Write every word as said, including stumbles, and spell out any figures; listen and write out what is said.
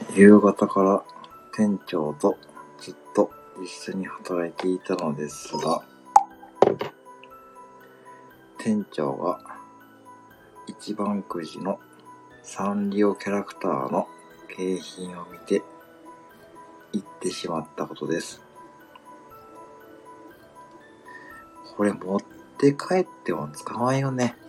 夕方から店長とずっと一緒に働いていたのですが、店長が一番くじのサンリオキャラクターの景品を見て行ってしまったことです。これ持って帰っても使わんよね。